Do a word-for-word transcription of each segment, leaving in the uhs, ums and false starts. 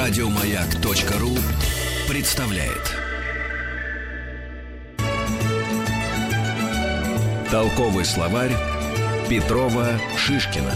Радиомаяк.ру представляет. Толковый словарь Петрова-Шишкина.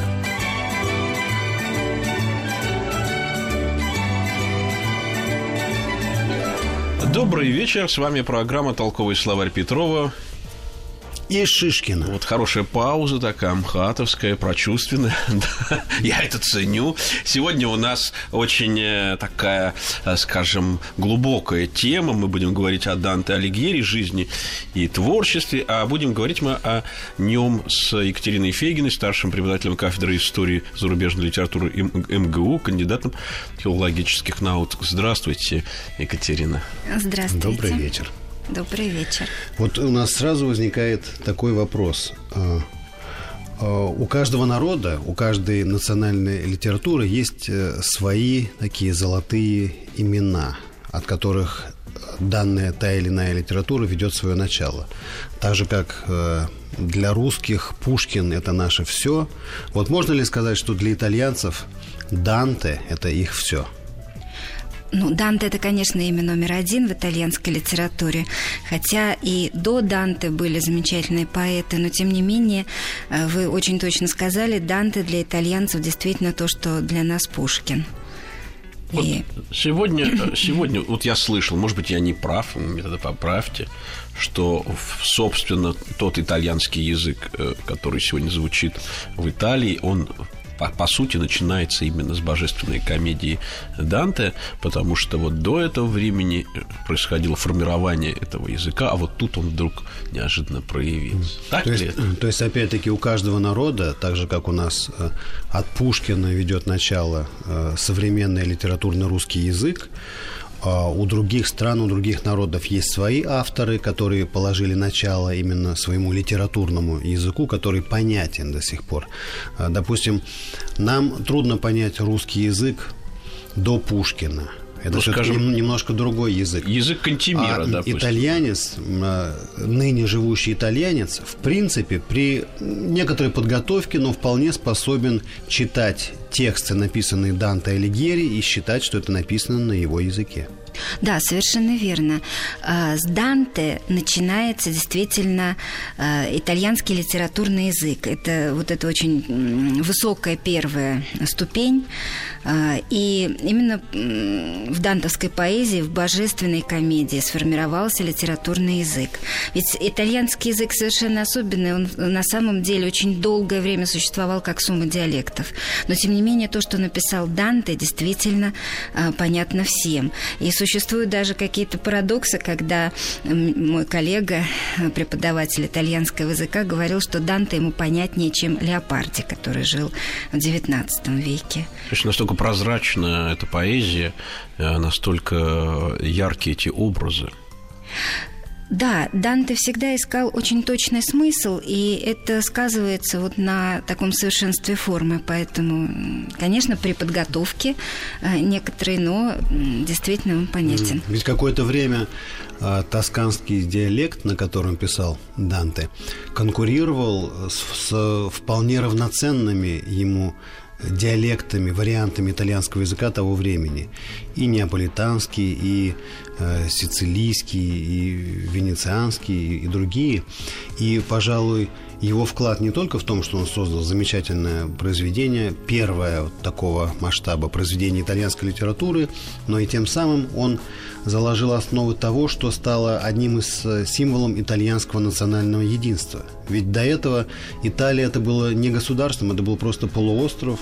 Добрый вечер, с вами программа «Толковый словарь» Петрова и Шишкина. Вот хорошая пауза такая, мхатовская, прочувственная. Я это ценю. Сегодня у нас очень такая, скажем, глубокая тема. Мы будем говорить о Данте Алигьери, жизни и творчестве. А будем говорить мы о нем с Екатериной Фейгиной, старшим преподавателем кафедры истории зарубежной литературы эм гэ у, кандидатом филологических наук. Здравствуйте, Екатерина. Здравствуйте. Добрый вечер. Добрый вечер. Вот у нас сразу возникает такой вопрос. У каждого народа, у каждой национальной литературы есть свои такие золотые имена, от которых данная та или иная литература ведет свое начало. Так же, как для русских Пушкин – это наше все. Вот можно ли сказать, что для итальянцев Данте – это их все? Ну, Данте – это, конечно, имя номер один в итальянской литературе, хотя и до Данте были замечательные поэты, но, тем не менее, вы очень точно сказали, Данте для итальянцев действительно то, что для нас Пушкин. Вот и... сегодня, сегодня, вот я слышал, может быть, я не прав, меня тогда поправьте, что, собственно, тот итальянский язык, который сегодня звучит в Италии, он... По, по сути, начинается именно с божественной комедии Данте, потому что вот до этого времени происходило формирование этого языка, а вот тут он вдруг неожиданно проявился. Так то, ли есть, это? то есть, опять-таки, у каждого народа, так же, как у нас э, от Пушкина ведет начало э, современный литературно-русский язык, у других стран, у других народов есть свои авторы, которые положили начало именно своему литературному языку, который понятен до сих пор. Допустим, нам трудно понять русский язык до Пушкина. Это ну, все-таки скажем, немножко другой язык. Язык Кантемира, а допустим. Итальянец, ныне живущий итальянец, в принципе, при некоторой подготовке, но вполне способен читать тексты, написанные Данте Алигьери, и считать, что это написано на его языке. Да, совершенно верно. С Данте начинается действительно итальянский литературный язык. Это вот это очень высокая первая ступень. И именно в дантовской поэзии, в божественной комедии сформировался литературный язык. Ведь итальянский язык совершенно особенный. Он на самом деле очень долгое время существовал как сумма диалектов. Но, тем не менее, то, что написал Данте, действительно понятно всем. И существуют даже какие-то парадоксы, когда мой коллега, преподаватель итальянского языка, говорил, что Данте ему понятнее, чем Леопарди, который жил в девятнадцатом веке. То есть настолько прозрачна эта поэзия, настолько яркие эти образы. Да, Данте всегда искал очень точный смысл, и это сказывается вот на таком совершенстве формы. Поэтому, конечно, при подготовке некоторые, но действительно он понятен. Ведь какое-то время а, тосканский диалект, на котором писал Данте, конкурировал с, с вполне равноценными ему диалектами, вариантами итальянского языка того времени. И неаполитанский, и э, сицилийский, и венецианский, и, и другие. И, пожалуй, его вклад не только в том, что он создал замечательное произведение, первое вот такого масштаба произведение итальянской литературы, но и тем самым он заложил основы того, что стало одним из символов итальянского национального единства. Ведь до этого Италия это было не государством, это был просто полуостров,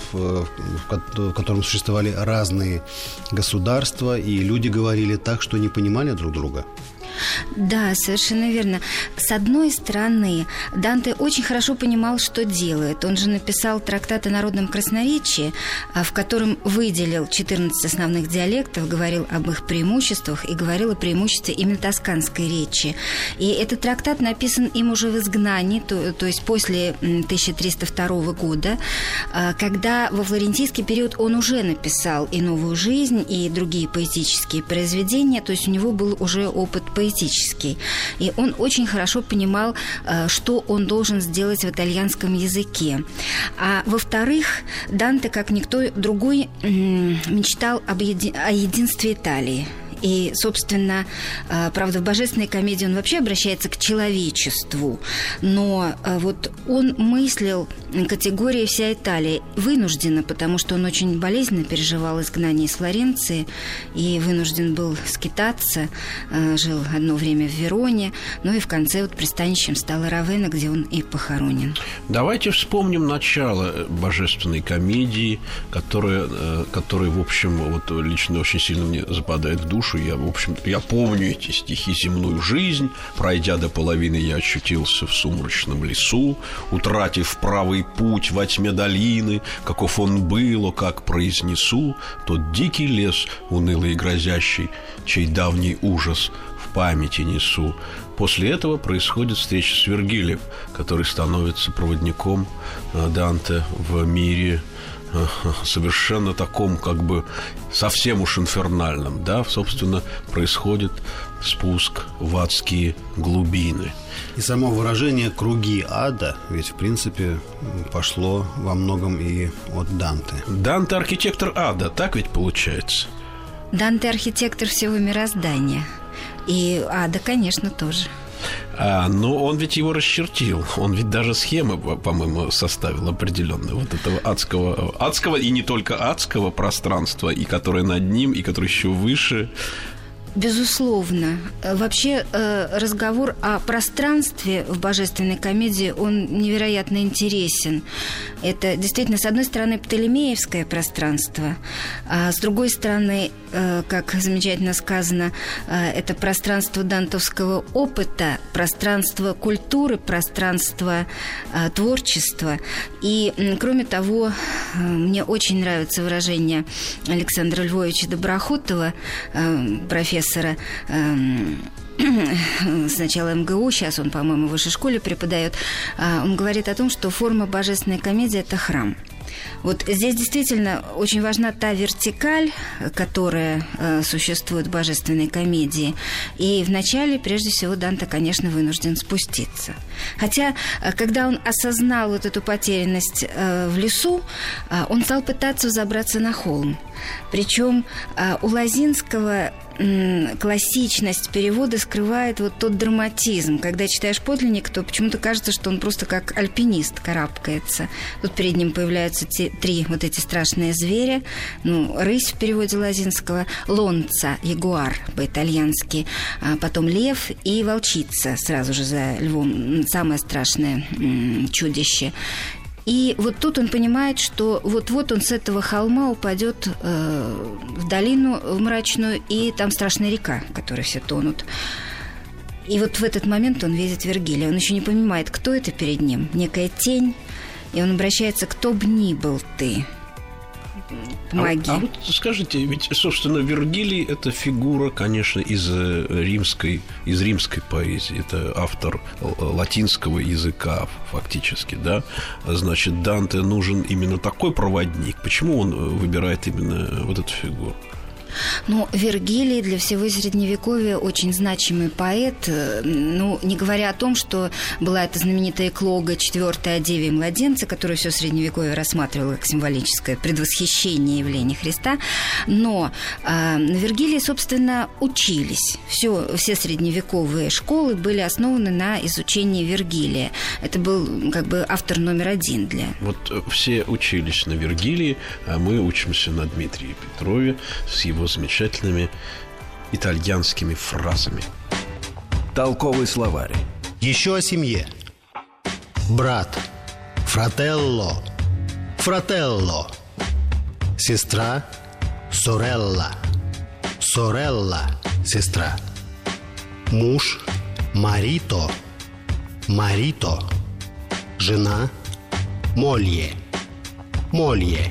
в котором существовали разные государства, и люди говорили так, что не понимали друг друга. Да, совершенно верно. С одной стороны, Данте очень хорошо понимал, что делает. Он же написал трактат о народном красноречии, в котором выделил четырнадцать основных диалектов, говорил об их преимуществах и говорил о преимуществе именно тосканской речи. И этот трактат написан им уже в изгнании, то, то есть после тысяча триста второго года, когда во флорентийский период он уже написал и «Новую жизнь», и другие поэтические произведения, то есть у него был уже опыт поэзии. поэтический. И он очень хорошо понимал, что он должен сделать в итальянском языке. А во-вторых, Данте, как никто другой, мечтал об еди... о единстве Италии. И, собственно, правда, в «Божественной комедии» он вообще обращается к человечеству, но вот он мыслил категории «вся Италия» вынужденно, потому что он очень болезненно переживал изгнание из Флоренции и вынужден был скитаться, жил одно время в Вероне, ну и в конце вот пристанищем стала Равенна, где он и похоронен. Давайте вспомним начало «Божественной комедии», которая, которая в общем, вот лично очень сильно мне западает в душу. Я, в общем, я помню эти стихи «Земную жизнь». Пройдя до половины, я очутился в сумрачном лесу, утратив правый путь во тьме долины. Каков он был, о, как произнесу тот дикий лес, унылый и грозящий, чей давний ужас в памяти несу. После этого происходит встреча с Вергилием, который становится проводником Данте в мире совершенно таком, как бы совсем уж инфернальном, да, собственно, происходит спуск в адские глубины. И само выражение «круги ада» ведь, в принципе, пошло во многом и от Данте. Данте – архитектор ада, так ведь получается? Данте – архитектор всего мироздания. И ада, конечно, тоже. А, но он ведь его расчертил. Он ведь даже схемы, по-моему, составил определенные вот этого адского, адского и не только адского пространства, и которое над ним, и которое еще выше. Безусловно. Вообще разговор о пространстве в «Божественной комедии», он невероятно интересен. Это действительно, с одной стороны, птолемеевское пространство, а с другой стороны, как замечательно сказано, это пространство дантовского опыта, пространство культуры, пространство творчества. И, кроме того, мне очень нравится выражение Александра Львовича Доброхотова, профессора сначала эм гэ у, сейчас он, по-моему, в высшей школе преподает. Он говорит о том, что форма «Божественной комедии» – это храм. Вот здесь действительно очень важна та вертикаль, которая э, существует в «Божественной комедии». И вначале, прежде всего, Данте, конечно, вынужден спуститься. Хотя, э, когда он осознал вот эту потерянность э, в лесу, э, он стал пытаться взобраться на холм. Причем э, у Лозинского э, классичность перевода скрывает вот тот драматизм. Когда читаешь подлинник, то почему-то кажется, что он просто как альпинист карабкается. Тут перед ним появляются те, три вот эти страшные зверя. Ну, рысь в переводе Лозинского, лонца, ягуар по-итальянски, а потом лев и волчица сразу же за львом. Самое страшное м- чудище. И вот тут он понимает, что вот-вот он с этого холма упадет э, в долину в мрачную, и там страшная река, в которой все тонут. И вот в этот момент он видит Вергилия. Он еще не понимает, кто это перед ним. Некая тень. И он обращается: «Кто б ни был ты, помоги». А, а вот скажите, ведь, собственно, Вергилий – это фигура, конечно, из римской, из римской поэзии. Это автор латинского языка фактически, да? Значит, Данте нужен именно такой проводник. Почему он выбирает именно вот эту фигуру? Ну, Вергилий для всего Средневековья очень значимый поэт. Ну, не говоря о том, что была эта знаменитая эклога четвёртая о Деве и младенце, которую все Средневековье рассматривало как символическое предвосхищение явления Христа. Но э, на Вергилии, собственно, учились. Все, все средневековые школы были основаны на изучении Вергилия. Это был как бы автор номер один для... Вот все учились на Вергилии, а мы учимся на Дмитрии Петрове с его замечательными итальянскими фразами. Толковый словарь. Еще о семье. Брат. Фрателло. Фрателло. Сестра. Сорелла. Сорелла. Сестра. Муж. Марито. Марито. Жена. Молье. Молье.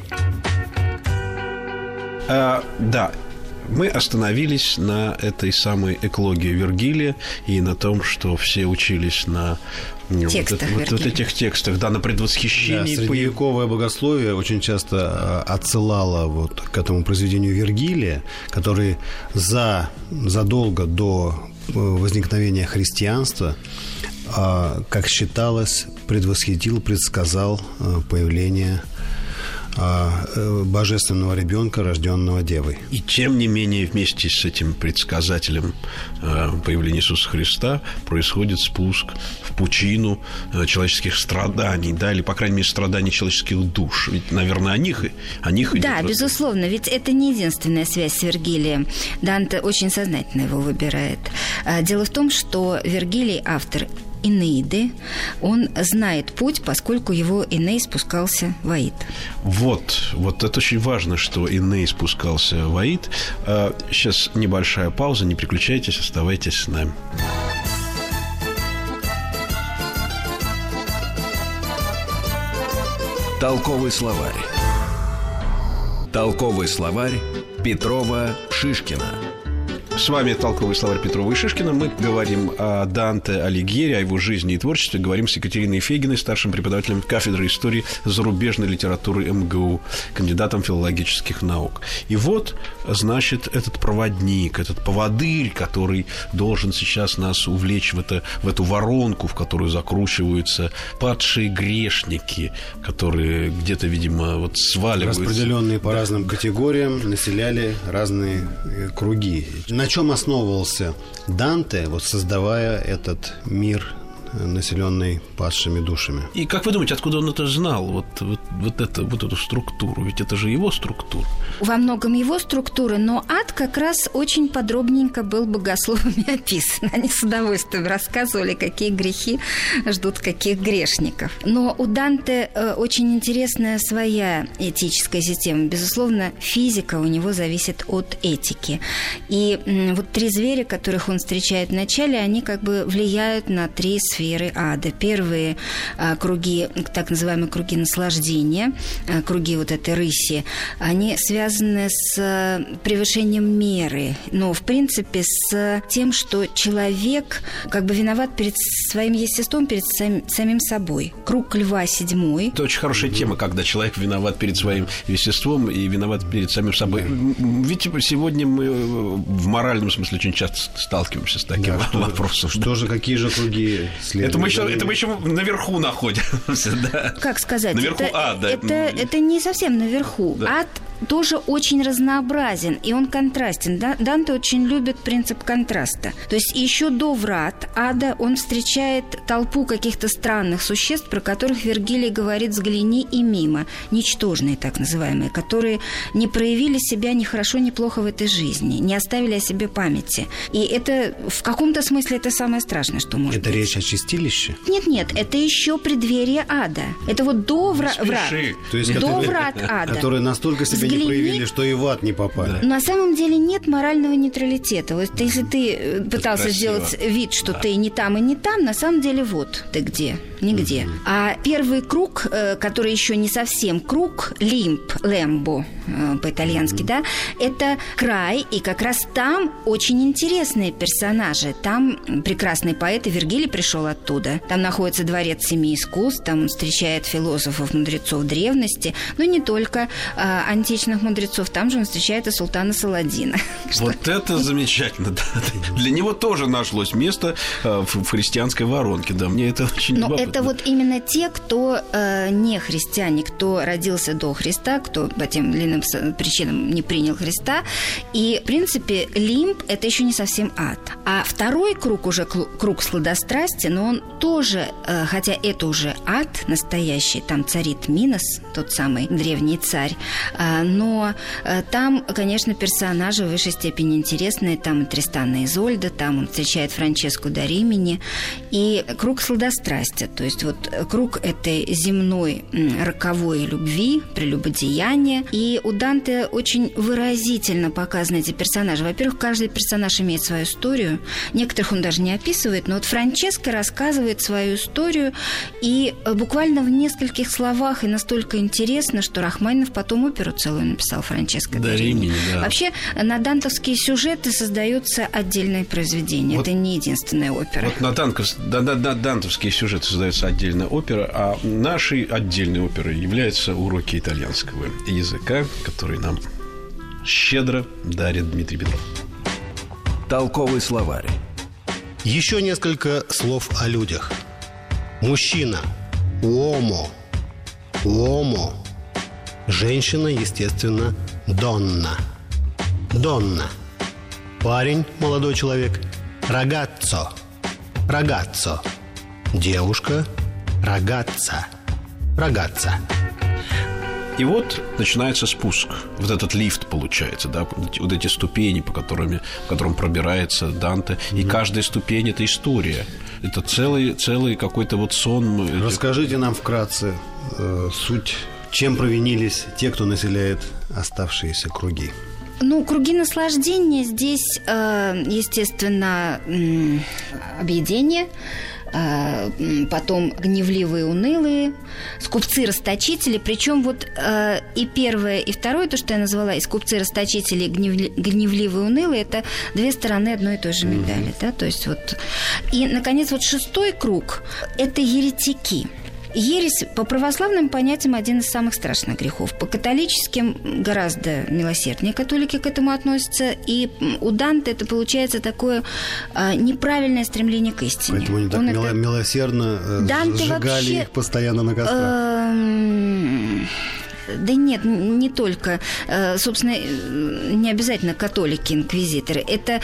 А, да, мы остановились на этой самой эклогии Вергилия и на том, что все учились на текстах вот, вот, вот этих текстах, да, на предвосхищении. Да, средневековое богословие очень часто отсылало вот к этому произведению Вергилия, который за, задолго до возникновения христианства, как считалось, предвосхитил, предсказал появление божественного ребенка, рожденного Девой. И тем не менее, вместе с этим предсказателем появления Иисуса Христа происходит спуск в пучину человеческих страданий, да, или, по крайней мере, страданий человеческих душ. Ведь, наверное, о них, о них идет Да, разговор. безусловно, ведь это не единственная связь с Вергилием. Данте очень сознательно его выбирает. Дело в том, что Вергилий, автор Энеиды, он знает путь, поскольку его Эней спускался в Аид. Вот, вот это очень важно, что Эней спускался в Аид. Сейчас небольшая пауза, не переключайтесь, оставайтесь с нами. Толковый словарь. Толковый словарь Петрова-Шишкина. С вами толковый словарь Петрова и Шишкина. Мы говорим о Данте Алигьери, о его жизни и творчестве. Говорим с Екатериной Фегиной, старшим преподавателем кафедры истории зарубежной литературы эм гэ у, кандидатом филологических наук. И вот, значит, этот проводник, этот поводырь, который должен сейчас нас увлечь в, это, в эту воронку, в которую закручиваются падшие грешники, которые где-то, видимо, вот сваливаются. Распределенные по разным категориям, населяли разные круги. На чем основывался Данте, вот создавая этот мир, населенный падшими душами? И как вы думаете, откуда он это знал, вот, вот, вот, это, вот эту структуру? Ведь это же его структура. Во многом его структура, но ад как раз очень подробненько был богословами описан. Они с удовольствием рассказывали, какие грехи ждут каких грешников. Но у Данте очень интересная своя этическая система. Безусловно, физика у него зависит от этики. И вот три зверя, которых он встречает в начале, они как бы влияют на три сферы ада. Первые а, круги, так называемые круги наслаждения, а, круги вот этой рыси, они связаны с а, превышением меры, но, в принципе, с тем, что человек как бы виноват перед своим естеством, перед сам, самим собой. Круг льва седьмой. Это очень хорошая тема, когда человек виноват перед своим естеством и виноват перед самим собой. Ведь сегодня мы в моральном смысле очень часто сталкиваемся с таким да, вопросом. Что, что же, какие же круги? Это мы, еще, это мы еще наверху находимся, да. Как сказать? Наверху это, ада. Это, это не совсем наверху. Да. Ад тоже очень разнообразен, и он контрастен. Данте очень любит принцип контраста. То есть еще до врат ада он встречает толпу каких-то странных существ, про которых Вергилий говорит «взгляни и мимо», ничтожные так называемые, которые не проявили себя ни хорошо, ни плохо в этой жизни, не оставили о себе памяти. И это в каком-то смысле это самое страшное, что может это быть. Это речь о чистилище? Нет-нет, это еще преддверие ада. Это вот до вра- врат. То есть, до которые, врат ада. Которые настолько себя не проявили, что и в ад не попали. Да. На самом деле нет морального нейтралитета. Вот если ты пытался красиво. сделать вид, что Да. ты не там и не там, на самом деле вот ты где, нигде. Mm-hmm. А первый круг, который еще не совсем круг, лимб, лембо по-итальянски, mm-hmm. да, это край, и как раз там очень интересные персонажи. Там прекрасный поэт, и Вергилий пришел оттуда. Там находится дворец семи искусств, там он встречает философов, мудрецов древности, но не только а, античных мудрецов, там же он встречает и султана Саладина. Вот это замечательно. Да. Для него тоже нашлось место в христианской воронке. Да, мне это очень Но любопытно. это вот именно те, кто э, не христиане, кто родился до Христа, кто по тем или иным причинам не принял Христа. И, в принципе, лимб – это еще не совсем ад. А второй круг уже круг сладострастия, но он тоже, э, хотя это уже ад настоящий, там царит Минос, тот самый древний царь, э, но э, там, конечно, персонажи в высшей степени интересные. Там Тристан и Изольда, там он встречает Франческу да Римини. И круг сладострастия, то есть вот круг этой земной роковой любви, прелюбодеяния. И у Данте очень выразительно показаны эти персонажи. Во-первых, каждый персонаж имеет свою историю. Некоторых он даже не описывает, но вот Франческа рассказывает свою историю, и буквально в нескольких словах, и настолько интересно, что Рахманинов потом оперу целую написал «Франческа да Римини». Да. Вообще, на дантовские сюжеты создаются отдельные произведения. Вот, это не единственная опера. Вот на, танков, на, на, на дантовские сюжеты создается отдельная опера, а нашей отдельной оперой являются уроки итальянского языка, которые нам щедро дарит Дмитрий Петров. Толковый словарь. Еще несколько слов о людях. Мужчина – уомо, уомо. Женщина, естественно, донна, донна. Парень, молодой человек – рагаццо, рагаццо. Девушка – рагацца, рагацца. И вот начинается спуск. Вот этот лифт получается, да, вот эти ступени, по которым, по которым пробирается Данте. Mm-hmm. И каждая ступень – это история. Это целый, целый какой-то вот сон. Расскажите нам вкратце э, суть, чем провинились те, кто населяет оставшиеся круги. Ну, круги наслаждения здесь, э, естественно, э, объедение, э, потом гневливые, унылые, скупцы-расточители. Причем вот э, и первое, и второе, то, что я назвала, и скупцы-расточители, и гневли, гневливые, унылые, это две стороны одной и той же медали. Mm-hmm. Да? То есть вот... И, наконец, вот шестой круг – это еретики. Ересь по православным понятиям один из самых страшных грехов. По католическим гораздо милосерднее католики к этому относятся. И у Данте это получается такое а, неправильное стремление к истине. Поэтому они так Он мило- это... милосердно э, Данте сжигали вообще... их постоянно на кострах. Эм... Да нет, не только. Собственно, не обязательно католики, инквизиторы. Это,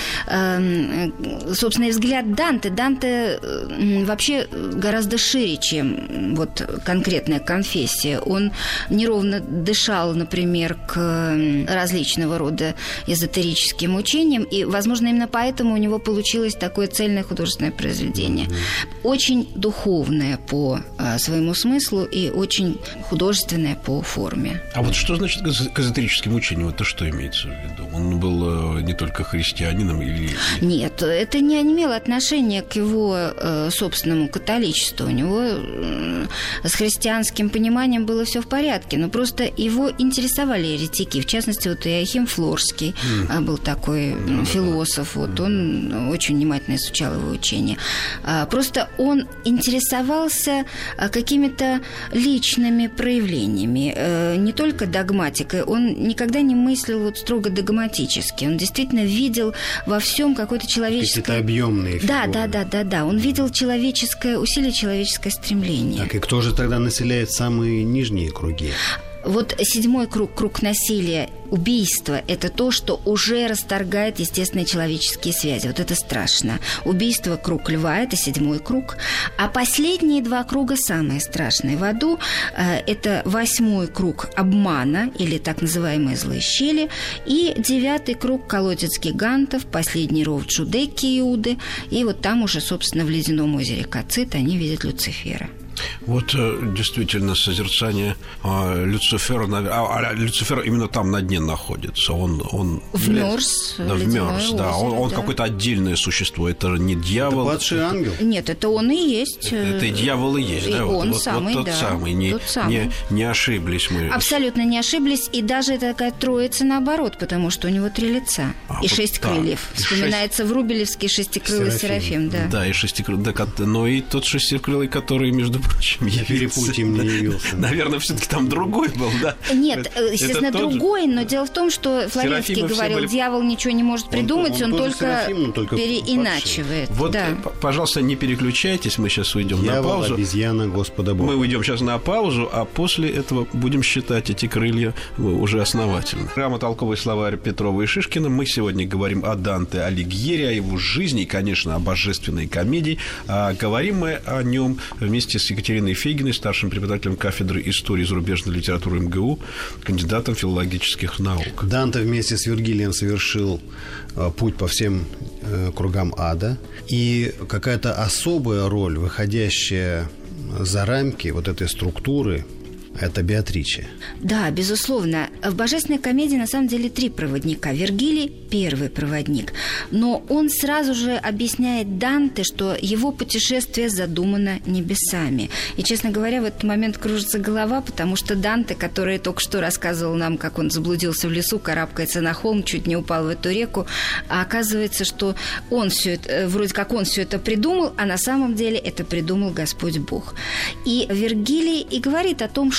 собственно, взгляд Данте. Данте вообще гораздо шире, чем вот конкретная конфессия. Он неровно дышал, например, к различного рода эзотерическим учениям, и, возможно, именно поэтому у него получилось такое цельное художественное произведение. Очень духовное по своему смыслу и очень художественное по форме. А вот что значит к эзотерическим учениям? Это что имеется в виду? Он был не только христианином или... Нет, это не имело отношения к его э, собственному католичеству. У него э, с христианским пониманием было все в порядке, но просто его интересовали еретики. В частности, вот Иоахим Флорский mm. был такой mm. философ. Вот он очень внимательно изучал его учение. А, просто он интересовался какими-то личными проявлениями, э, не только догматикой. Он никогда не мыслил вот строго догматически. Он действительно видел во всем какое-то человеческое... Какие-то объемные фигуры. Да, да, да, да, да. Он видел человеческое усилие, человеческое стремление. Так, и кто же тогда населяет самые нижние круги? Вот седьмой круг, круг насилия, убийство – это то, что уже расторгает естественные человеческие связи. Вот это страшно. Убийство – круг льва, это седьмой круг. А последние два круга самые страшные в аду. Это восьмой круг обмана, или так называемые злые щели, и девятый круг – колодец гигантов, последний ров Джудеки Иуды. И вот там уже, собственно, в ледяном озере Кацит они видят Люцифера. Вот действительно созерцание а, Люцифера, а, а Люцифер именно там на дне находится. Он, он вмерз, да, вмерз, да. Озеро, он, он да. какое-то отдельное существо. Это не дьявол. Это падший ангел? Нет, это он и есть. Это и дьявол и есть, и да? Он вот, самый, вот тот да. самый. Не, тот самый. Не, не ошиблись мы. Абсолютно не ошиблись. И даже это такая троица наоборот, потому что у него три лица а, и вот шесть так. крыльев. И Вспоминается шесть... Врубелевский шестикрылый Серафим. Серафим да. да, и шестикрылый. Да, но и тот шестикрылый, который, между прочим, явился. Перепутьем не явился. Наверное, все-таки там другой был, да? Нет, естественно, другой, но дело в том, что Флоренский говорил, были... дьявол ничего не может придумать, он, он, он только, Серафим, только переиначивает. Вот, да. пожалуйста, не переключайтесь, мы сейчас уйдем дьявол, на паузу. Обезьяна, Господа Бога. Мы уйдем сейчас на паузу, а после этого будем считать эти крылья уже основательно. Программа «Толковый словарь» Петрова и Шишкина. Мы сегодня говорим о Данте Алигьери, о его жизни и, конечно, о божественной комедии. А говорим мы о нем вместе с Екатериной Фегиной, старшим преподавателем кафедры истории и зарубежной литературы эм гэ у, кандидатом филологических наук. Данте вместе с Вергилием совершил э, путь по всем э, кругам ада. И какая-то особая роль, выходящая за рамки вот этой структуры, это Беатриче. Да, безусловно. В «Божественной комедии» на самом деле три проводника. Вергилий – первый проводник. Но он сразу же объясняет Данте, что его путешествие задумано небесами. И, честно говоря, в этот момент кружится голова, потому что Данте, который только что рассказывал нам, как он заблудился в лесу, карабкается на холм, чуть не упал в эту реку, а оказывается, что он все это, вроде как он все это придумал, а на самом деле это придумал Господь Бог. И Вергилий и говорит о том, что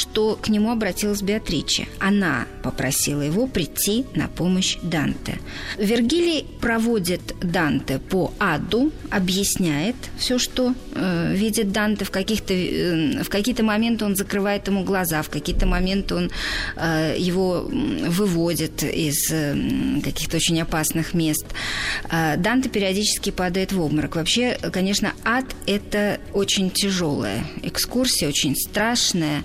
что к нему обратилась Беатриче. Она попросила его прийти на помощь Данте. Вергилий проводит Данте по аду, объясняет все, что э, видит Данте. В, каких-то, э, в какие-то моменты он закрывает ему глаза, в какие-то моменты он э, его выводит из э, каких-то очень опасных мест. Э, Данте периодически падает в обморок. Вообще, конечно, ад – это очень тяжелая экскурсия, очень страшная,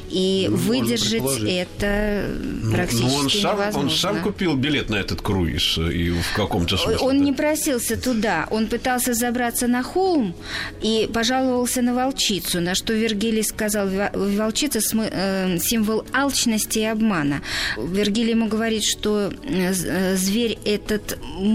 и ну, выдержать это практически ну, он сам, невозможно. Он сам купил билет на этот круиз и в каком-то смысле. Он да? не просился туда. Он пытался забраться на холм и пожаловался на волчицу, на что Вергилий сказал: волчица – символ алчности и обмана. Вергилий ему говорит, что зверь этот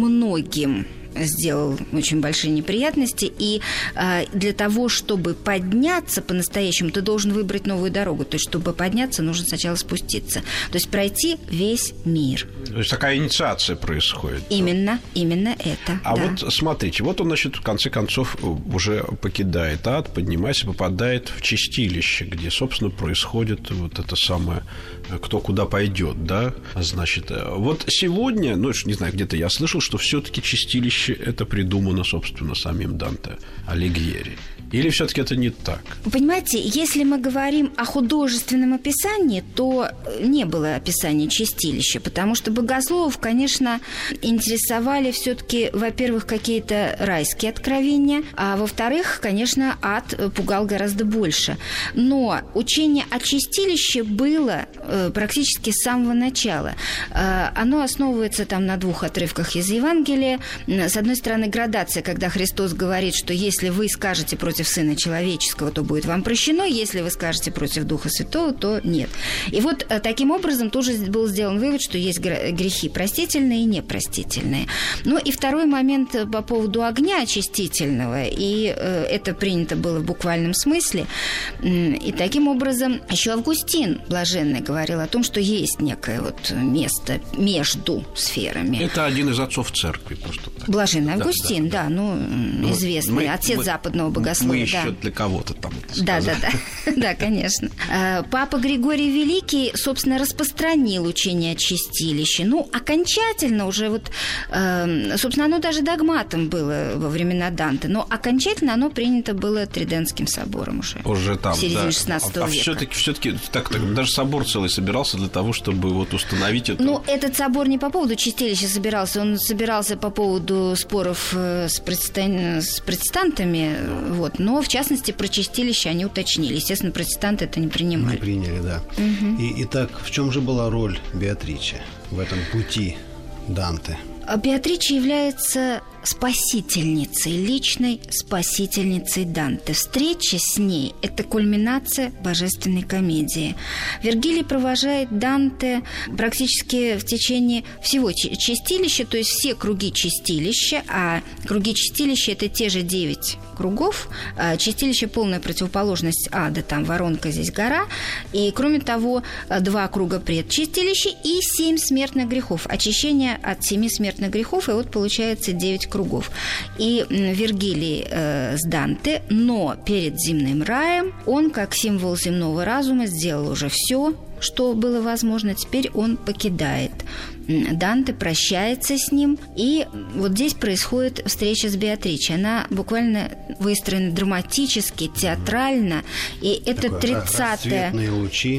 многим сделал очень большие неприятности, и э, для того, чтобы подняться по-настоящему, ты должен выбрать новую дорогу. То есть, чтобы подняться, нужно сначала спуститься. То есть, пройти весь мир. То есть, такая инициация происходит. Именно, именно это. А да. вот смотрите, вот он, значит, в конце концов уже покидает ад, поднимается, попадает в чистилище, где, собственно, происходит вот это самое, кто куда пойдет, да, значит. Вот сегодня, ну, не знаю, где-то я слышал, что все-таки чистилище это придумано, собственно, самим Данте Алигьери. Или все-таки это не так? Понимаете, если мы говорим о художественном описании, то не было описания чистилища, потому что богословов, конечно, интересовали все-таки, во-первых, какие-то райские откровения, а во-вторых, конечно, ад пугал гораздо больше. Но учение о чистилище было э, практически с самого начала. Э, оно основывается там на двух отрывках из Евангелия. С одной стороны, градация, когда Христос говорит, что если вы скажете против Сына Человеческого, то будет вам прощено, если вы скажете против Духа Святого, то нет. И вот таким образом тоже был сделан вывод, что есть грехи простительные и непростительные. Ну и второй момент по поводу огня очистительного, и это принято было в буквальном смысле. И таким образом еще Августин Блаженный говорил о том, что есть некое вот место между сферами. Это один из отцов церкви просто. Блаженный Августин, да, да, да. ну, ну известный, мы, отец мы, западного богословия. Мы еще да. для кого-то там это да, да, да, да, конечно. Папа Григорий Великий, собственно, распространил учение о чистилище. Ну, окончательно уже вот, собственно, оно даже догматом было во времена Данте, но окончательно оно принято было Тридентским собором уже. Уже там, в середине да. шестнадцатого а, века. А все-таки, все-таки так, так, даже собор целый собирался для того, чтобы вот установить это. Ну, этот собор не по поводу чистилища собирался, он собирался по поводу споров с, протестан... с протестантами, вот. Но, в частности, про чистилище они уточнили. Естественно, протестанты это не принимали. Не приняли, да. Угу. И, итак, в чем же была роль Беатриче в этом пути Данте? Беатриче является спасительницей, личной спасительницей Данте. Встреча с ней – это кульминация божественной комедии. Вергилий провожает Данте практически в течение всего чистилища, то есть все круги чистилища, а круги чистилища – это те же девять кругов. Чистилище – полная противоположность ада, там воронка, здесь гора. И, кроме того, два круга предчистилища и семь смертных грехов. Очищение от семи смертных грехов, и вот получается девять кругов. И Вергилий э, с Данте, но перед земным раем он, как символ земного разума, сделал уже все, что было возможно. Теперь он покидает Данте, прощается с ним. И вот здесь происходит встреча с Беатриче. Она буквально выстроена драматически, театрально. И это тридцатое... Рассветные лучи.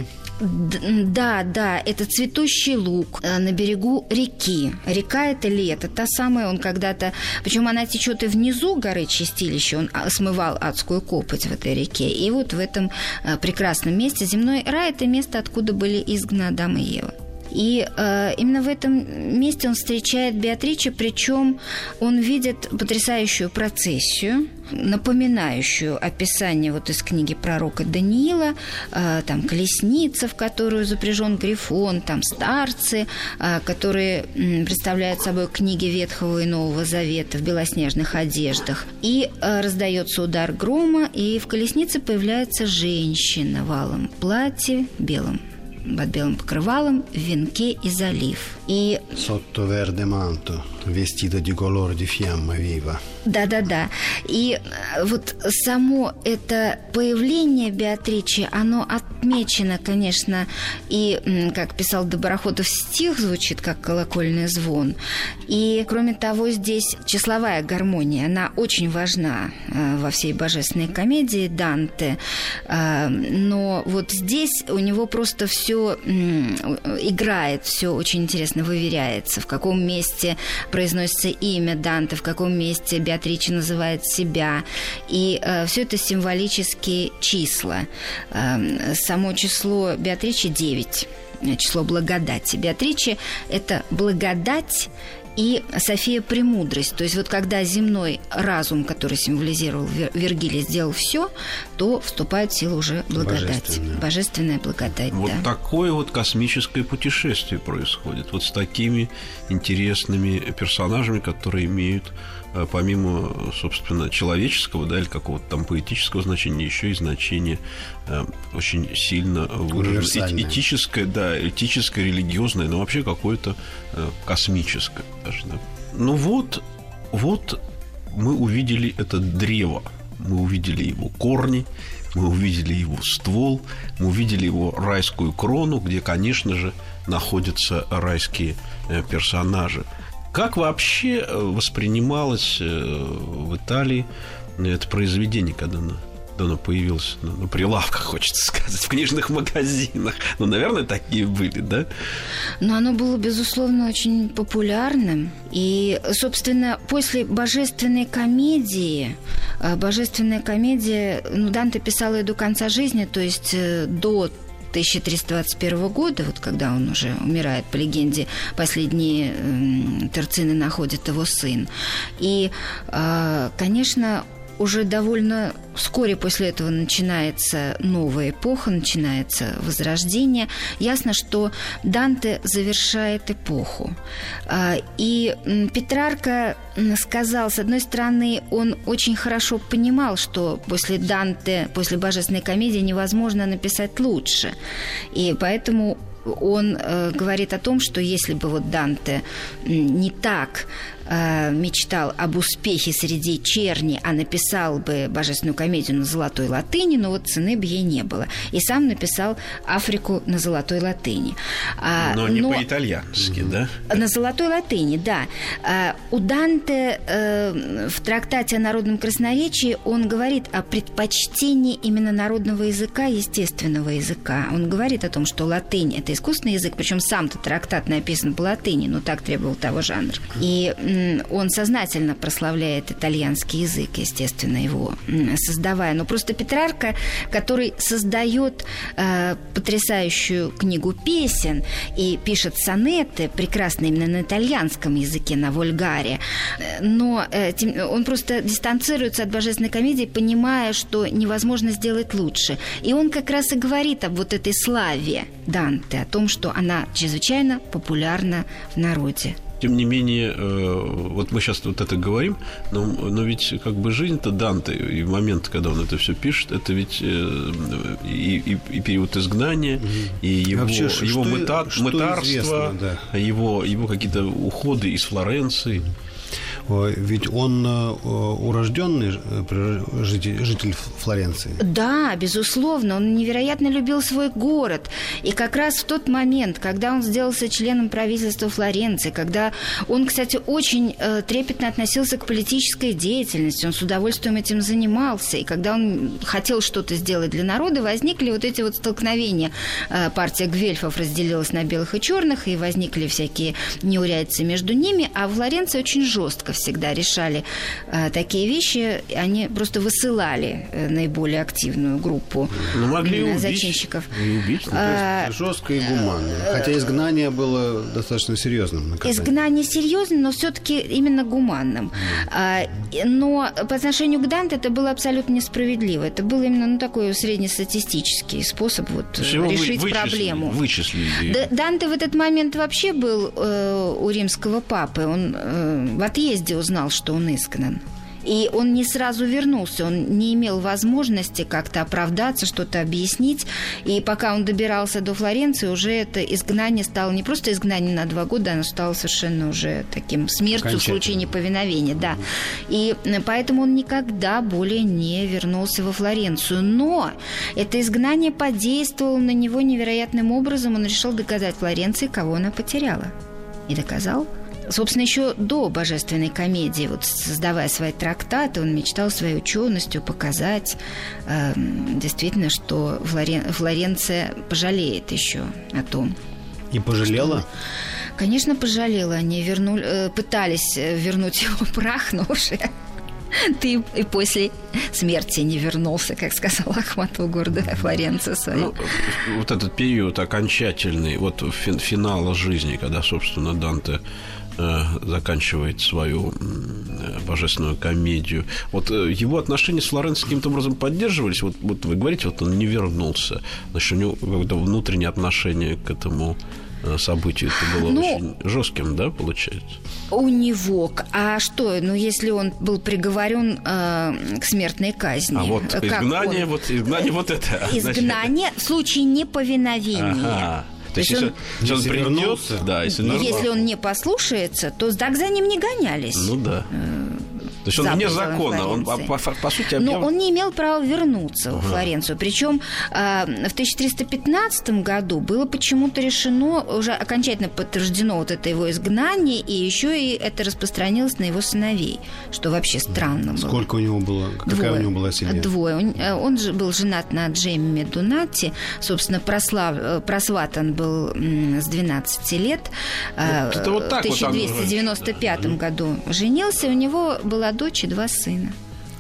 Да, да, это цветущий луг на берегу реки. Река – это лето, та самая, он когда-то... Причем она течет и внизу горы Чистилища, он смывал адскую копоть в этой реке. И вот в этом прекрасном месте земной рай – это место, откуда были изгнаны Адам и Ева. И э, именно в этом месте он встречает Беатриче, причем он видит потрясающую процессию, напоминающую описание вот из книги пророка Даниила, э, там колесница, в которую запряжен грифон, там старцы, э, которые э, представляют собой книги Ветхого и Нового Завета в белоснежных одеждах. И э, раздается удар грома, и в колеснице появляется женщина в алом платье, белом, под белым покрывалом, в венке из олив. И... Sotto verde manto. «Vestito di colore di fiamma viva». Да-да-да. И вот само это появление Беатричи, оно отмечено, конечно, и, как писал Доброхотов, стих звучит как колокольный звон. И, кроме того, здесь числовая гармония, она очень важна во всей божественной комедии Данте. Но вот здесь у него просто все играет, все очень интересно выверяется. В каком месте произносится имя Данте, в каком месте Беатрича называет себя. И э, все это символические числа. Э, само число Беатричи девять, число благодати. Беатриче – это благодать и София премудрость. То есть вот когда земной разум, который символизировал Вергилий, сделал все, то вступает в силу уже благодать. Божественная, Божественная благодать. Вот да. такое вот космическое путешествие происходит. Вот с такими интересными персонажами, которые имеют, помимо, собственно, человеческого, да, или какого-то там поэтического значения, еще и значение э, очень сильно выраженное, этическое, да, этическое, религиозное, но вообще какое-то э, космическое даже, да. Ну вот, вот мы увидели это древо, мы увидели его корни, мы увидели его ствол, мы увидели его райскую крону, где, конечно же, находятся райские э, персонажи. Как вообще воспринималось в Италии это произведение, когда оно, когда оно появилось на, на прилавках, хочется сказать, в книжных магазинах? Ну, наверное, такие были, да? Но оно было, безусловно, очень популярным. И, собственно, после «Божественной комедии», «Божественная комедия», ну, Данте писал ее до конца жизни, то есть до тысяча триста двадцать первого года, вот когда он уже умирает, по легенде, последние э, терцины находит его сын. И, э, конечно, уже довольно вскоре после этого начинается новая эпоха, начинается возрождение. Ясно, что Данте завершает эпоху. И Петрарка сказал, с одной стороны, он очень хорошо понимал, что после Данте, после «Божественной комедии» невозможно написать лучше. И поэтому он э, говорит о том, что если бы вот Данте не так э, мечтал об успехе среди черни, а написал бы «Божественную комедию» на золотой латыни, но вот цены бы ей не было. И сам написал «Африку» на золотой латыни. А, но не но... по-итальянски, да? На золотой латыни, да. А, у Данте э, в трактате о народном красноречии он говорит о предпочтении именно народного языка, естественного языка. Он говорит о том, что латынь – это искусственный язык, причем сам-то трактат написан по латыни, но так требовал того жанра. И м, он сознательно прославляет итальянский язык, естественно, его м, создавая. Но просто Петрарка, который создает э, потрясающую книгу песен и пишет сонеты, прекрасно именно на итальянском языке, на вульгаре, но э, тем, он просто дистанцируется от «Божественной комедии», понимая, что невозможно сделать лучше. И он как раз и говорит об вот этой славе Данте, о том, что она чрезвычайно популярна в народе. Тем не менее, вот мы сейчас вот это говорим, но, но ведь как бы жизнь-то Данте, и момент, когда он это все пишет, это ведь и, и, и период изгнания, и его, Вообще, его что, мыта, что мытарство, известно, да. его, его какие-то уходы из Флоренции. Ведь он урожденный житель, житель Флоренции. Да, безусловно. Он невероятно любил свой город. И как раз в тот момент, когда он сделался членом правительства Флоренции, когда он, кстати, очень э, трепетно относился к политической деятельности, он с удовольствием этим занимался. И когда он хотел что-то сделать для народа, возникли вот эти вот столкновения. Э, партия гвельфов разделилась на белых и черных, и возникли всякие неурядицы между ними. А в Флоренции очень жестко всегда решали э, такие вещи. Они просто высылали э, наиболее активную группу ну, могли э, убить, зачинщиков. И убить, ну, а, жестко и гуманно. Хотя изгнание было достаточно серьезным наказанием. Изгнание серьезным, но все-таки именно гуманным. Mm. А, но по отношению к Данте это было абсолютно несправедливо. Это был именно ну, такой среднестатистический способ вот, решить вычислили, проблему. Вычислили. Д- Данте в этот момент вообще был э, у римского папы. Он э, в отъезде узнал, что он изгнан. И он не сразу вернулся, он не имел возможности как-то оправдаться, что-то объяснить. И пока он добирался до Флоренции, уже это изгнание стало не просто изгнание на два года, оно стало совершенно уже таким смертью в случае неповиновения. Да. И поэтому он никогда более не вернулся во Флоренцию. Но это изгнание подействовало на него невероятным образом. Он решил доказать Флоренции, кого она потеряла. И доказал. Собственно, еще до «Божественной комедии», вот создавая свои трактаты, он мечтал своей ученостью показать э, действительно, что Флорен... Флоренция пожалеет еще о том. И пожалела? Что... Конечно, пожалела. Они вернули... э, пытались вернуть его прах, но уже... Ты и после смерти не вернулся, как сказал Ахматова, гордая Флоренция своя. Ну, вот этот период окончательный, вот финала жизни, когда, собственно, Данте э, заканчивает свою э, божественную комедию. Вот э, его отношения с Флоренцией каким-то образом поддерживались. Вот, вот вы говорите, вот он не вернулся. Значит, у него какое-то внутреннее отношение к этому событию. Это было ну, очень жестким, да, получается? У него. А что, ну, если он был приговорен э, к смертной казни? А вот изгнание, он... вот, изгнание вот это. Изгнание в случае неповиновения. Ага. То есть, если, если он, если он придет, да, если, если он не послушается, то так за ним не гонялись. Ну да. То есть он вне закона, он, по, по, по сути, объяв... Но он не имел права вернуться uh-huh. в Флоренцию. Причем э, в тысяча триста пятнадцатом году было почему-то решено, уже окончательно подтверждено вот это его изгнание, и еще и это распространилось на его сыновей, что вообще странно было. Сколько у него было? Какая Двое. у него была семья? Двое. Он, он же был женат на Джемме Донати, собственно, прослав, просватан был с двенадцати лет. Вот вот так в тысяча двести девяносто пятом вот году женился, у него была дочь и два сына.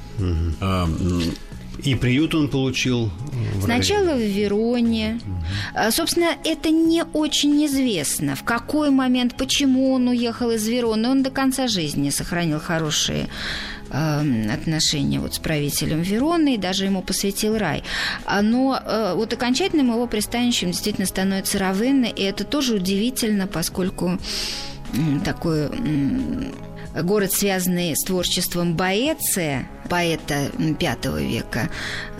Угу. И приют он получил в сначала в Вероне. Угу. Собственно, это не очень известно, в какой момент, почему он уехал из Вероны. Он до конца жизни сохранил хорошие э, отношения вот с правителем Вероны и даже ему посвятил рай. Но э, вот окончательным его пристанищем действительно становится Равенна, и это тоже удивительно, поскольку э, такой... Э, город, связанный с творчеством Боэция, поэта пятого века,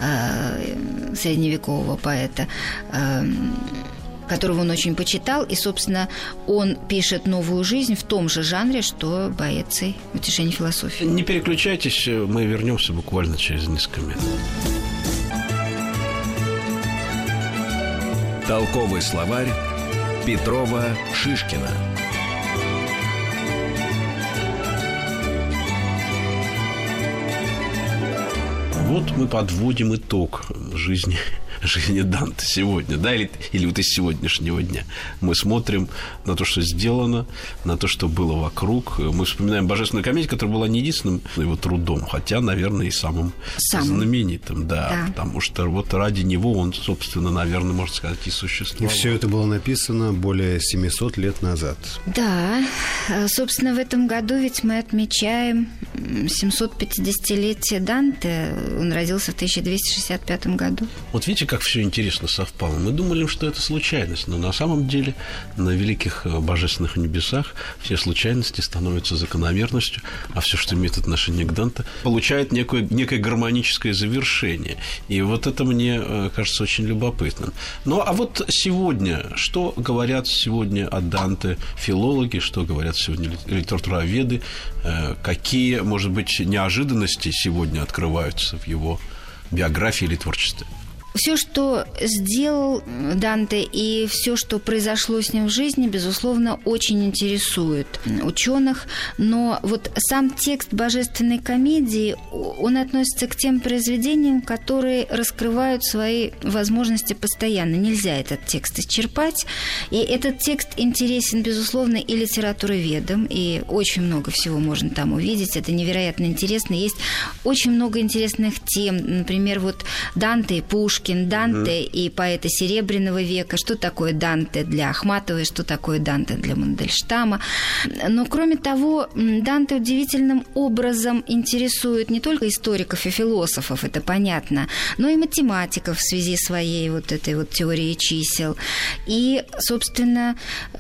э, средневекового поэта, э, которого он очень почитал, и, собственно, он пишет новую жизнь в том же жанре, что Боэций, «Утешение философии». Не переключайтесь, мы вернемся буквально через несколько минут. Толковый словарь Петрова Шишкина. Вот мы подводим итог жизни, жизни Данте сегодня, да, или, или вот из сегодняшнего дня. Мы смотрим на то, что сделано, на то, что было вокруг. Мы вспоминаем «Божественную комедию», которая была не единственным его трудом, хотя, наверное, и самым, самым. знаменитым, да, да, потому что вот ради него он, собственно, наверное, можно сказать, и существовал. И все это было написано более семисот лет назад. Да, собственно, в этом году ведь мы отмечаем семьсот пятидесятилетие Данте. Он родился в тысяча двести шестьдесят пятом году. Вот видите, как все интересно совпало. Мы думали, что это случайность, но на самом деле на великих божественных небесах все случайности становятся закономерностью, а все, что имеет отношение к Данте, получает некое, некое гармоническое завершение. И вот это мне кажется очень любопытным. Ну, а вот сегодня, что говорят сегодня о Данте филологи, что говорят сегодня литературоведы, какие, может быть, неожиданности сегодня открываются в его биографии или творчестве? Все, что сделал Данте, и все, что произошло с ним в жизни, безусловно, очень интересует ученых. Но вот сам текст «Божественной комедии», он относится к тем произведениям, которые раскрывают свои возможности постоянно. Нельзя этот текст исчерпать. И этот текст интересен, безусловно, и литературоведам, и очень много всего можно там увидеть. Это невероятно интересно. Есть очень много интересных тем. Например, вот Данте и Пушкин, Пушкин, Данте mm-hmm. и поэты Серебряного века, что такое Данте для Ахматовой, что такое Данте для Мандельштама. Но, кроме того, Данте удивительным образом интересует не только историков и философов, это понятно, но и математиков в связи с своей вот этой вот теорией чисел. И, собственно,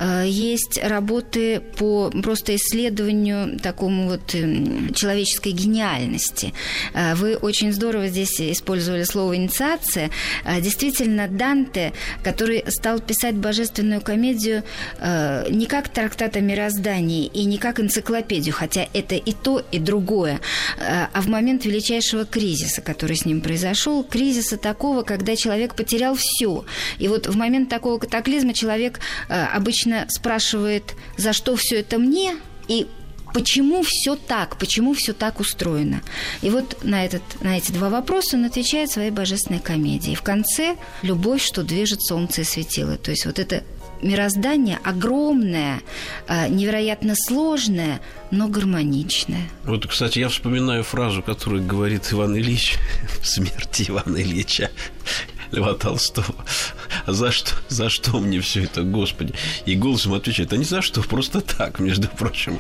есть работы по просто исследованию такому вот человеческой гениальности. Вы очень здорово здесь использовали слово «инициация». Действительно, Данте, который стал писать божественную комедию не как трактат о мироздании и не как энциклопедию, хотя это и то, и другое, а в момент величайшего кризиса, который с ним произошел, кризиса такого, когда человек потерял все. И вот в момент такого катаклизма человек обычно спрашивает, за что все это мне, и почему все так, почему все так устроено. И вот на, этот, на эти два вопроса он отвечает в своей божественной комедии. И в конце «Любовь, что движет солнце и светило». То есть вот это мироздание огромное, невероятно сложное, но гармоничное. Вот, кстати, я вспоминаю фразу, которую говорит Иван Ильич в смерти Ивана Ильича Льва Толстого. За что, за что мне все это, Господи? И голосом отвечает: а не за что, просто так, между прочим.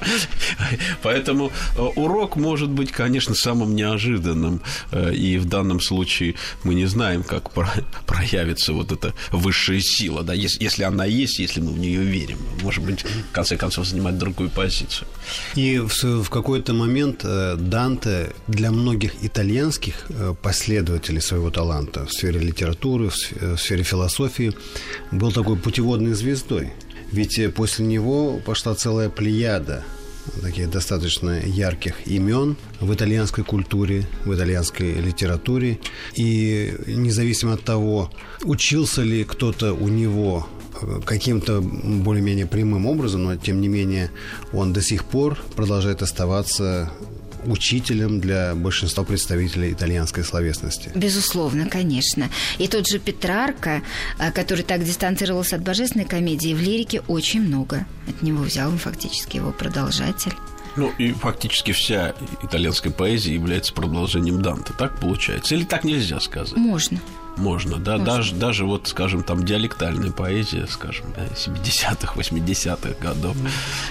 Поэтому урок может быть, конечно, самым неожиданным. И в данном случае мы не знаем, как проявится вот эта высшая сила, да, если она есть, если мы в нее верим. Может быть, в конце концов, занимать другую позицию. И в, в какой-то момент Данте для многих итальянских последователей своего таланта в сфере литературы, в сфере философии был такой путеводной звездой. Ведь после него пошла целая плеяда таких достаточно ярких имен в итальянской культуре, в итальянской литературе. И независимо от того, учился ли кто-то у него каким-то более-менее прямым образом, но тем не менее он до сих пор продолжает оставаться учителем для большинства представителей итальянской словесности. Безусловно, конечно. И тот же Петрарка, который так дистанцировался от божественной комедии, в лирике очень много от него взял, он фактически его продолжатель. Ну, и фактически вся итальянская поэзия является продолжением Данте. Так получается? Или так нельзя сказать? Можно. Можно, да, Можно. Даже, даже вот, скажем, там диалектальная поэзия, скажем, да, семидесятых, восьмидесятых годов.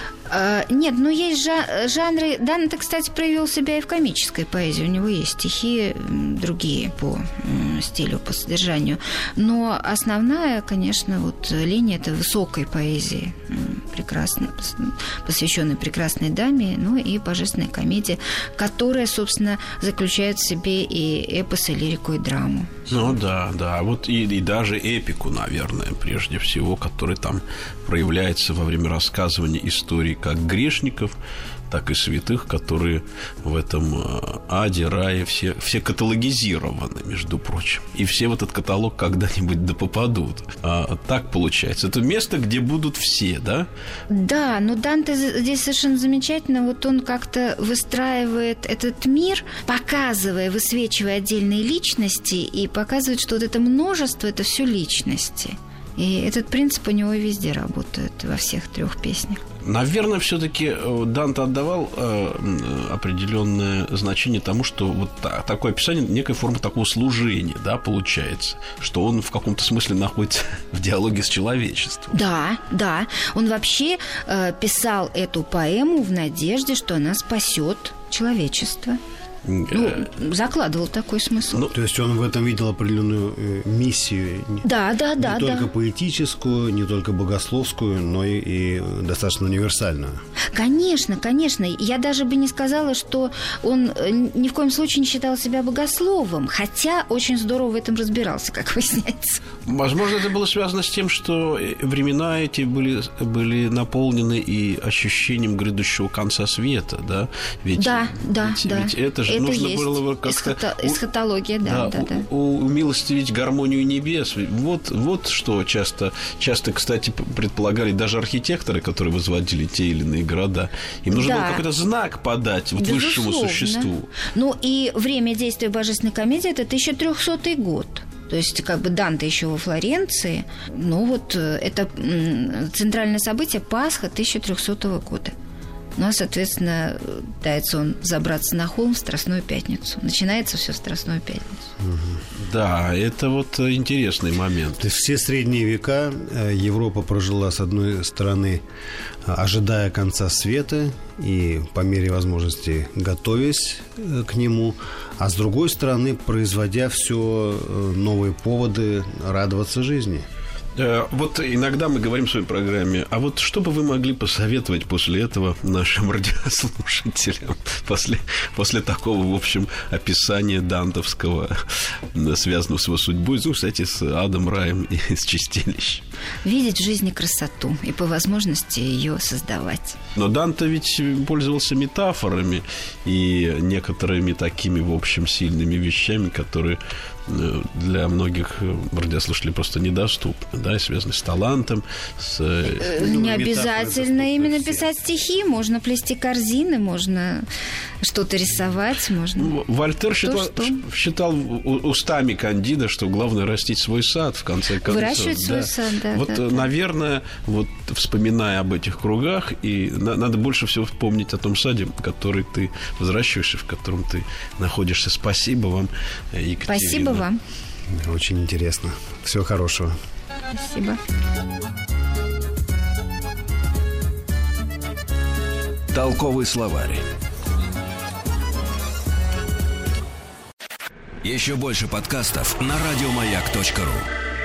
Нет, ну есть жанры. Данте, кстати, проявил себя и в комической поэзии. У него есть стихи другие по стилю, по содержанию. Но основная, конечно, вот линия – это высокой поэзии, прекрасной, посвященной прекрасной даме, ну и божественная комедия, которая, собственно, заключает в себе и эпос, и лирику, и драму. Ну да, да. Вот и, и даже эпику, наверное, прежде всего, который там проявляется во время рассказывания истории как грешников, так и святых, которые в этом аде, рае все, все каталогизированы, между прочим. И все в этот каталог когда-нибудь да попадут. А, так получается. Это место, где будут все, да? Да, но Данте здесь совершенно замечательно. Вот он как-то выстраивает этот мир, показывая, высвечивая отдельные личности и показывает, что вот это множество – это все личности. И этот принцип у него везде работает, во всех трех песнях. Наверное, все-таки Данте отдавал э, определенное значение тому, что вот та, такое описание, некая форма такого служения, да, получается, что он в каком-то смысле находится в диалоге с человечеством. Да, да. Он вообще э, писал эту поэму в надежде, что она спасет человечество. Ну, закладывал такой смысл. Ну, то есть он в этом видел определенную э, миссию. Да, да, не да. Не только да. поэтическую, не только богословскую, но и, и достаточно универсальную. Конечно, конечно. Я даже бы не сказала, что он ни в коем случае не считал себя богословом, хотя очень здорово в этом разбирался, как выясняется. Возможно, это было связано с тем, что времена эти были, были наполнены и ощущением грядущего конца света, да? Ведь, да, да, ведь, да. Ведь это же это нужно есть. было как-то... Эсхато... Эсхатология, да, да, да, да. У, умилостивить гармонию небес. Вот, вот что часто, часто, кстати, предполагали даже архитекторы, которые возводили те или иные города. Им нужно да. было какой-то знак подать вот высшему существу. Ну, и время действия божественной комедии – это тысяча трехсотый год. То есть, как бы Данте еще во Флоренции. Ну, вот это центральное событие Пасха тысяча трехсотого года. Ну, а, соответственно, пытается он забраться на холм в Страстную пятницу. Начинается все в Страстную пятницу. Да, это вот интересный момент. То есть все средние века Европа прожила, с одной стороны, ожидая конца света и по мере возможности готовясь к нему, а с другой стороны, производя все новые поводы радоваться жизни. Вот иногда мы говорим в своей программе, а вот что бы вы могли посоветовать после этого нашим радиослушателям, после, после такого, в общем, описания дантовского, связанного с его судьбой, ну, кстати, с адом, раем и с чистилищем? Видеть в жизни красоту и по возможности ее создавать. Но Данте ведь пользовался метафорами и некоторыми такими, в общем, сильными вещами, которые для многих радиослушателей просто недоступны, да, связаны с талантом, с... Не обязательно именно писать стихи, можно плести корзины, можно что-то рисовать, можно... Вольтер считал, считал устами Кандида, что главное растить свой сад, в конце концов. Выращивать да. свой сад, да. Вот, да, наверное, да. вот вспоминая об этих кругах, и на, надо больше всего вспомнить о том саде, который ты взращиваешь, в котором ты находишься. Спасибо вам, Екатерина. Спасибо вам. Очень интересно. Всего хорошего. Спасибо. Толковый словарь. Еще больше подкастов на радиомаяк точка ру.